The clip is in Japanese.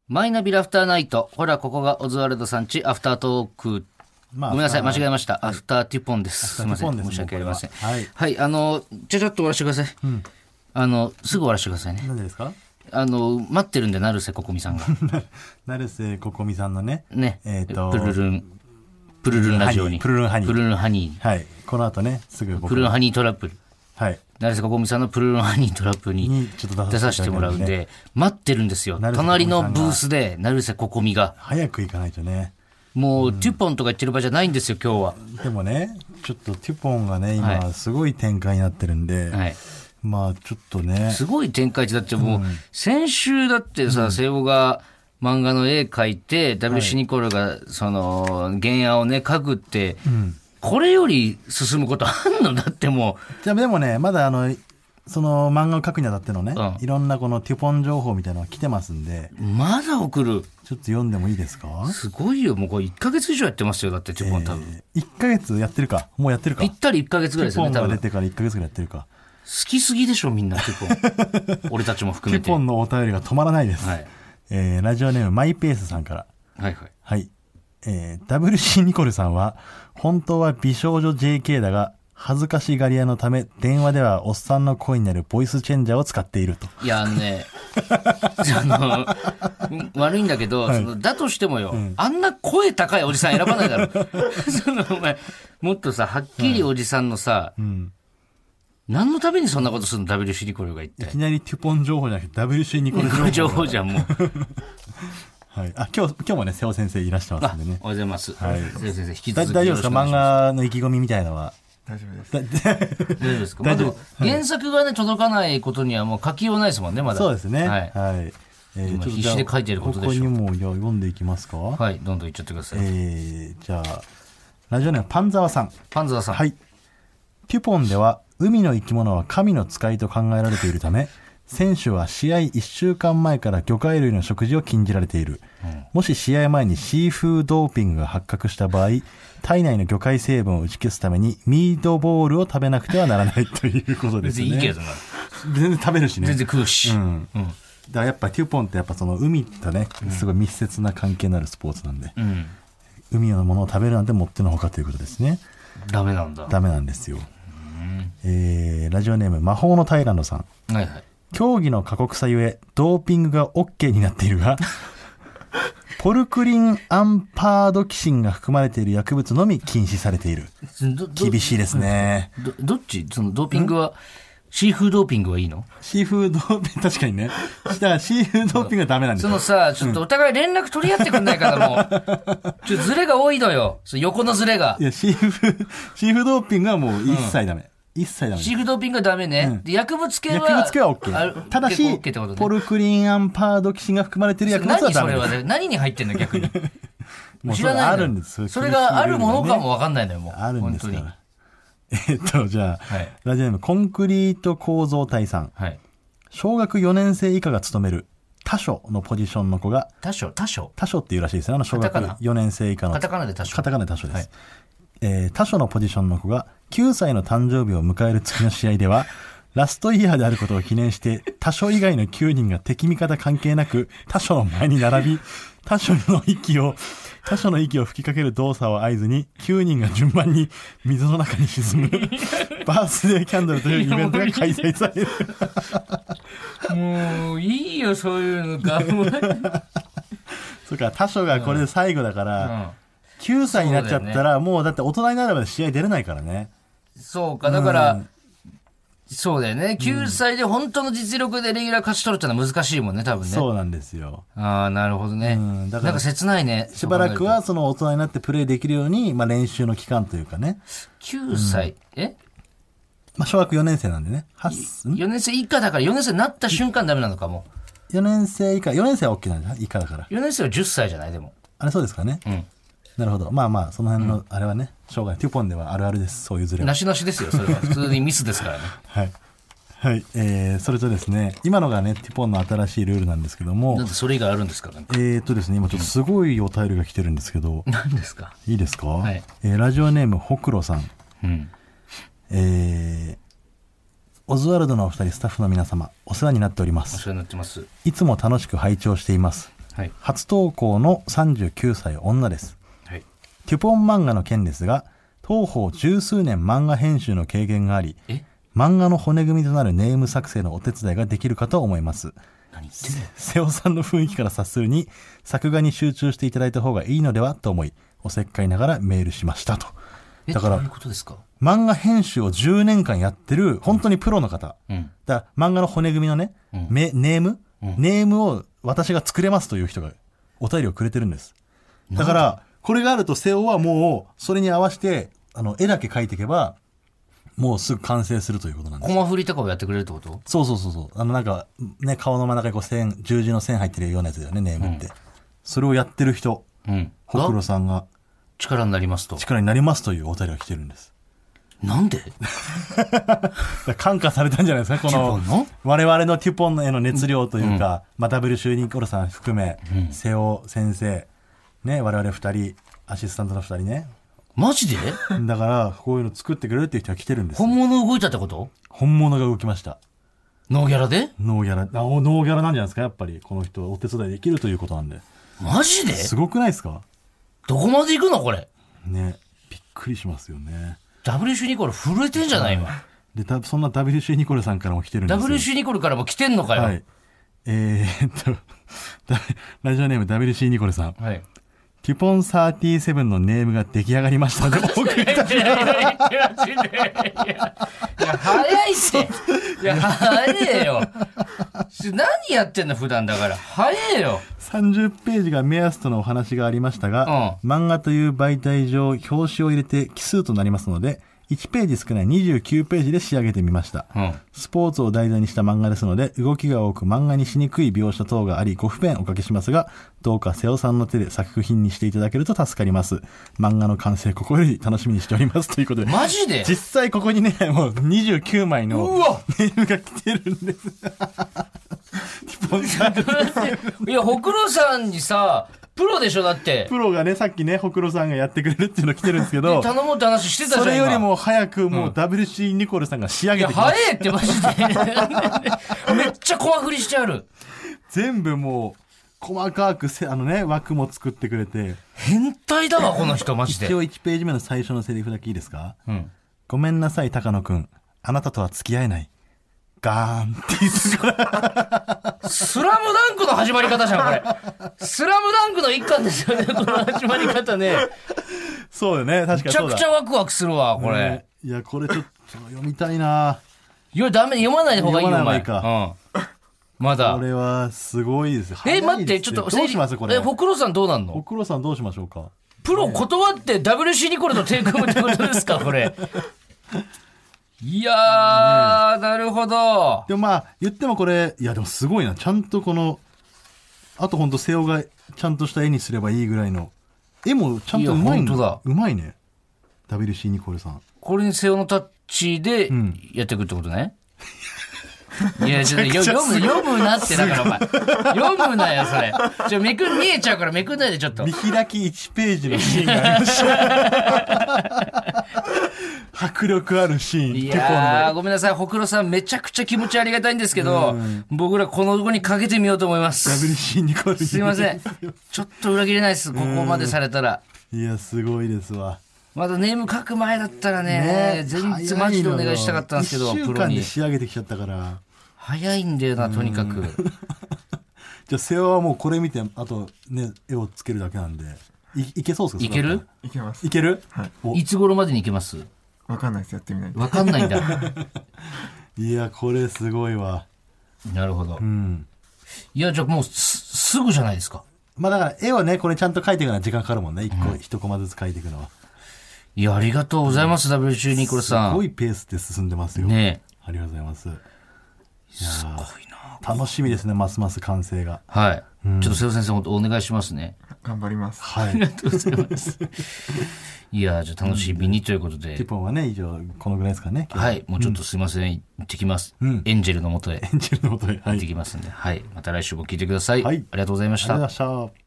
マイナビラフターナイト。ほら、ここがオズワルドさんちアフタートーク。ごめんなさい、間違えました。アフターティポンです。すみません。申し訳ありません。はい。はい、ちょっと終わらせてください。すぐ終わらせてくださいね。 何でですか？ 待ってるんで、成瀬ここみさんが。 成瀬ここみさんのね。 ね。プルルンラジオに。 プルルンハニー。 はい。この後ね、すぐプルルンハニートラップル。 はい。 成瀬ここみさんのプルルンハニートラップに出させてもらうんで、待ってるんですよ。隣のブースで、成瀬ここみが。 早く行かないとね。 もう、テュポンとか言ってる場じゃないんですよ、今日は。 でもね、ちょっとテュポンがね、今、すごい展開になってるんで、 はい。 まあ、ちょっとね。 すごい展開地だってもう、先週だってさ、瀬尾が漫画の絵描いて、WC ニコルが、原案をね、描くって、これより進むことあんのだってもう。でもね、まだその漫画を描くにあたってのね、いろんなこのテュポン情報みたいなのが来てますんで。 まだ送る。 ちょっと読んでもいいですか？ すごいよ。もうこれ1ヶ月以上やってますよ。だってテュポン多分。 1ヶ月やってるか。もうやってるか。 ぴったり1ヶ月ぐらいですよね、 テュポンが出てから1ヶ月ぐらいやってるか。 好きすぎでしょ、みんな、テュポン。俺たちも含めて。 テュポンのお便りが止まらないです。はい。ラジオネームマイペースさんから。 はいはい。 はい。WC ニコルさんは、本当は美少女 JK だが、恥ずかしがり屋のため、電話ではおっさんの声になるボイスチェンジャーを使っていると。 いや、悪いんだけど、だとしてもよ、あんな声高いおじさん選ばないだろ。お前、もっとさ、はっきりおじさんのさ、何のためにそんなことするの WC ニコルが言って。 いきなりテュポン情報じゃなくて WC ニコル情報じゃん、もう。 はい。今日もね、瀬尾先生いらっしゃいますんでね。 おはようございます。 はい。 瀬尾先生、引き続き。 大丈夫ですか？漫画の意気込みみたいなのは。 大丈夫です。 大丈夫ですか？まあでも、原作がね、届かないことにはもう書きようないですもんね、まだ。 そうですね。はい。 今必死で書いてることでしょ。 ここにも読んでいきますか？ はい、どんどんいっちゃってください。 じゃあ、ラジオネームパンザワさん。 パンザワさん。 はい。テュポンでは、海の生き物は神の使いと考えられているため、選手は試合1週間前から魚介類の食事を禁じられている。もし試合前にシーフードーピングが発覚した場合、体内の魚介成分を打ち消すためにミートボールを食べなくてはならないということですね。 別にいいけどな。 全然食べるしね。 全然食うし。 だからやっぱテュポンってやっぱその海とね、すごい密接な関係のあるスポーツなんで、海のものを食べるなんてもってのほかということですね。 ダメなんだ。 ダメなんですよ。ラジオネーム魔法のタイランドさん。 はいはい。 競技の過酷さゆえ、ドーピングが OK になっているが、ポルクリンアンパードキシンが含まれている薬物のみ禁止されている。厳しいですね。 どっちそのドーピングは、シーフードーピングはいいの？ シーフードーピング、確かにね。だからシーフードーピングはダメなんですよ。 ちょっとお互い連絡取り合ってくんないからもう。ズレが多いのよ。横のズレが。 いや、シーフードーピングはもう一切ダメ。一切ダメ。 シーフードーピングはダメね。で、薬物系は OK。ただし、ポルクリンアンパードキシンが含まれている薬物はダメです。 何それはね、何に入ってんの逆に。 知らない。あるんです。 それがあるものかもわかんないのよ、もう。 あるんですから。じゃあ、ラジオネームコンクリート構造体さん。小学4年生以下が務める他所のポジションの子が、 他所っていうらしいですよ。小学4年生以下の。 カタカナで他所。 カタカナで他所です。他所のポジションの子が9歳の誕生日を迎える月の試合では、ラストイヤーであることを記念して、他所以外の9人が敵味方関係なく、他所の前に並び、他所の息を吹きかける動作を合図に、9人が順番に水の中に沈む、バースデーキャンドルというイベントが開催される。 もう、いいよ、そういうのが。 そうか、他所がこれで最後だから、9歳になっちゃったら、もうだって大人になれば試合出れないからね。 そうか、だから、そうだよね。9歳で本当の実力でレギュラー勝ち取るってのは難しいもんね、多分ね。 そうなんですよ。 ああ、なるほどね。だからなんか切ないね。 しばらくはその大人になってプレーできるように、まあ練習の期間というかね。 9歳、 まあ小学4年生なんでね。 4年生以下だから4年生になった瞬間ダメなのかも。 4年生以下、4年生は OK なんだ。以下だから。 4年生は10歳じゃないでも。 あれそうですかね。なるほど。まあまあ、その辺の、あれはね、しょうがない。テュポンではあるあるです。そういうズレは。 なしなしですよ、それは。普通にミスですからね。 はい。はい。それとですね、今のがね、テュポンの新しいルールなんですけども。 なんでそれ以外あるんですか？ ですね、今ちょっとすごいお便りが来てるんですけど。 何ですか？ いいですか？ はい。 ラジオネーム、ほくろさん。オズワルドのお二人、スタッフの皆様、お世話になっております。 お世話になってます。 いつも楽しく拝聴しています。 はい、 初投稿の39歳女です。 はい、 テュポン漫画の件ですが、当方十数年漫画編集の経験があり、漫画の骨組みとなるネーム作成のお手伝いができるかと思います。 何言ってんの？ 瀬尾さんの雰囲気から察するに、作画に集中していただいた方がいいのではと思い、おせっかいながらメールしましたと。だからどういうことですか？ 漫画編集を10年間やってる本当にプロの方、だから漫画の骨組みのね、ネームを私が作れますという人がお便りをくれてるんです。だからこれがあると瀬尾はもうそれに合わせて絵だけ描いていけばもうすぐ完成するということなんです。 コマ振りとかをやってくれるってこと？ そうなんかね、顔の真ん中にこう十字の線入ってるようなやつだよね、ネームって、それをやってる人、ほくろさんが力になりますというお便りが来てるんです。 なんで感化されたんじゃないですか、この我々のテュポンへの熱量というか、ダブルシューニコルさん含め、瀬尾先生ね、我々2人アシスタントの2人ね。 マジで？ だからこういうの作ってくれるっていう人が来てるんです。 本物動いたってこと？ 本物が動きました。 ノーギャラで？ ノーギャラなんじゃないですか、やっぱりこの人はお手伝いできるということなんで。 マジで？ すごくないですか？ どこまで行くのこれね、びっくりしますよね。 WC ニコル震えてんじゃない今。 でそんな WC ニコルさんからも来てるんですよ。 WC ニコルからも来てんのかよ。 はい、ラジオネーム WC ニコルさん、 はい、 テュポン37のネームが出来上がりましたので送ったいや早いっていや早えよ何やってんの普段だから早えよ。 30ページが目安とのお話がありましたが、漫画という媒体上表紙を入れて奇数となりますので1ページ少ない29ページで仕上げてみました、スポーツを題材にした漫画ですので動きが多く漫画にしにくい描写等がありご不便おかけしますが、どうか瀬尾さんの手で作品にしていただけると助かります。漫画の完成心より楽しみにしておりますということで。 マジで？ 実際ここにねもう29枚のネームが来てるんですいやほくろさんにさプロでしょ。だってプロがね、さっきねほくろさんがやってくれるっていうの来てるんですけど頼もうって話してたじゃん。 それよりも早くもう WC ニコルさんが仕上げてきました。 早いってマジでめっちゃコマ振りしてある。 全部もう細かく枠も作ってくれて。 変態だわこの人マジで。 一応1ページ目の最初のセリフだけいいですか？ごめんなさい高野くん、あなたとは付き合えない、ガーンって言ってからスラムダンクの始まり方じゃんこれ。スラムダンクの一環ですよねこの始まり方ね。 そうよね、確かにそうだ。 めちゃくちゃワクワクするわこれ、 いやこれちょっと読みたいな。 いやダメ、読まない方がいいよお前。 読まないか、 まだこれはすごいですよ。 待ってちょっとどうしますこれ。 ほくろさんどうなんの？ ほくろさんどうしましょうか。 プロ断って WC ニコルと手組むってことですかこれ。いやー、なるほど。 でも言ってもこれ、いやでもすごいな、ちゃんとこのあとほんと瀬尾がちゃんとした絵にすればいいぐらいの絵もちゃんとうまいんだ。うまいね WC ニコルさん。 これに瀬尾のタッチでやっていくってことね、いやちょっと読むなってだからお前読むなよそれ。見えちゃうからめくんないでちょっと。 見開き1ページのシーンがありました迫力あるシーン。 いやーごめんなさいほくろさん、めちゃくちゃ気持ちありがたいんですけど、僕らこの子にかけてみようと思います。 WC ニコルすいませんちょっと裏切れないです、ここまでされたら。 いやすごいですわ。 まだネーム書く前だったらね全然マジでお願いしたかったんですけど、 1週間で仕上げてきちゃったから早いんだよなとにかく。 じゃあ瀬尾はもうこれ見てあとね絵をつけるだけなんで いけそうですか。 いける？ いけます。 いける？ はい。 いつ頃までにいけます？ わかんないです、やってみないと。 わかんないんだいやこれすごいわ。 なるほど、いやじゃあもうすぐじゃないですか。 だから絵をねこれちゃんと描いていくのは時間かかるもんね、一コマずつ描いていくのは。 いやありがとうございます、WC ニコルさん。 すごいペースで進んでますよね。 ありがとうございます。いやすごいな、 楽しみですね、ますます完成が。 はい、ちょっと瀬尾先生本当お願いしますね。 頑張ります。 はい、 ありがとうございますいやじゃあ楽しみにということで、 ティポンはね以上このぐらいですかね。 はい、もうちょっとすいません、行ってきます、エンジェルの元へエンジェルの元へ、 行ってきますんで、はい、また来週も聞いてください、 はい、 ありがとうございました。 ありがとうございました。